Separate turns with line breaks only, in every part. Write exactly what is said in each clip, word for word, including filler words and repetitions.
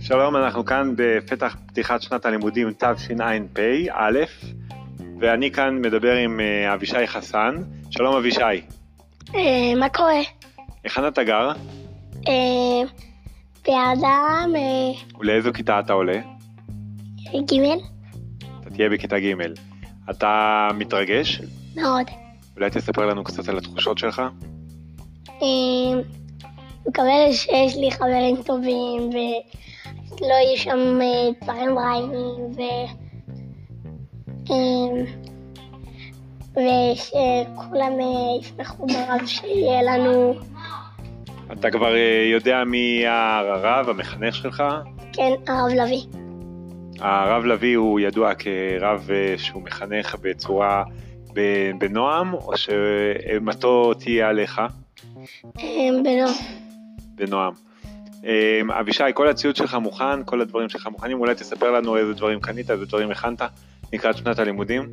שלום, אנחנו כאן בפתח פתיחת שנת הלימודים תשע"פ, ואני כאן מדבר עם אבישי חסן. שלום אבישי.
מה קורה?
היכן אתה גר?
באדם
ולאיזו כיתה אתה עולה?
ג'. אתה
תהיה בכיתה ג'. אתה מתרגש?
מאוד.
אולי תספר לנו קצת על התחושות שלך?
מקווה שיש לי חברים טובים ולא יהיו שם דברים רעים ו... ושכולם ישמחו ברב שיהיה לנו.
אתה כבר יודע מי הרב, המחנך שלך?
כן, הרב לוי.
הרב לוי הוא ידוע כרב שהוא מחנך בצורה בנועם, או שמתו תהיה עליך?
בנועם.
בנועם. אבישי, כל הציוד שלך מוכן, כל הדברים שלך מוכנים, אולי תספר לנו איזה דברים קנית, איזה דברים הכנת לקראת שנת הלימודים?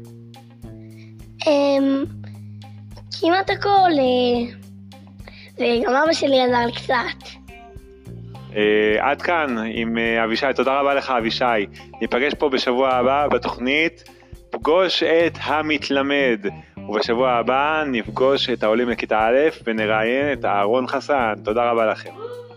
כמעט הכל, וגם אבא שלי עזר לי קצת.
עד כאן עם אבישי, תודה רבה לך אבישי. ניפגש פה בשבוע הבא בתוכנית פגוש את המתלמד, ובשבוע הבא נפגוש את העולים לכיתה א' ונראיין את אהרון חסן. תודה רבה לכם.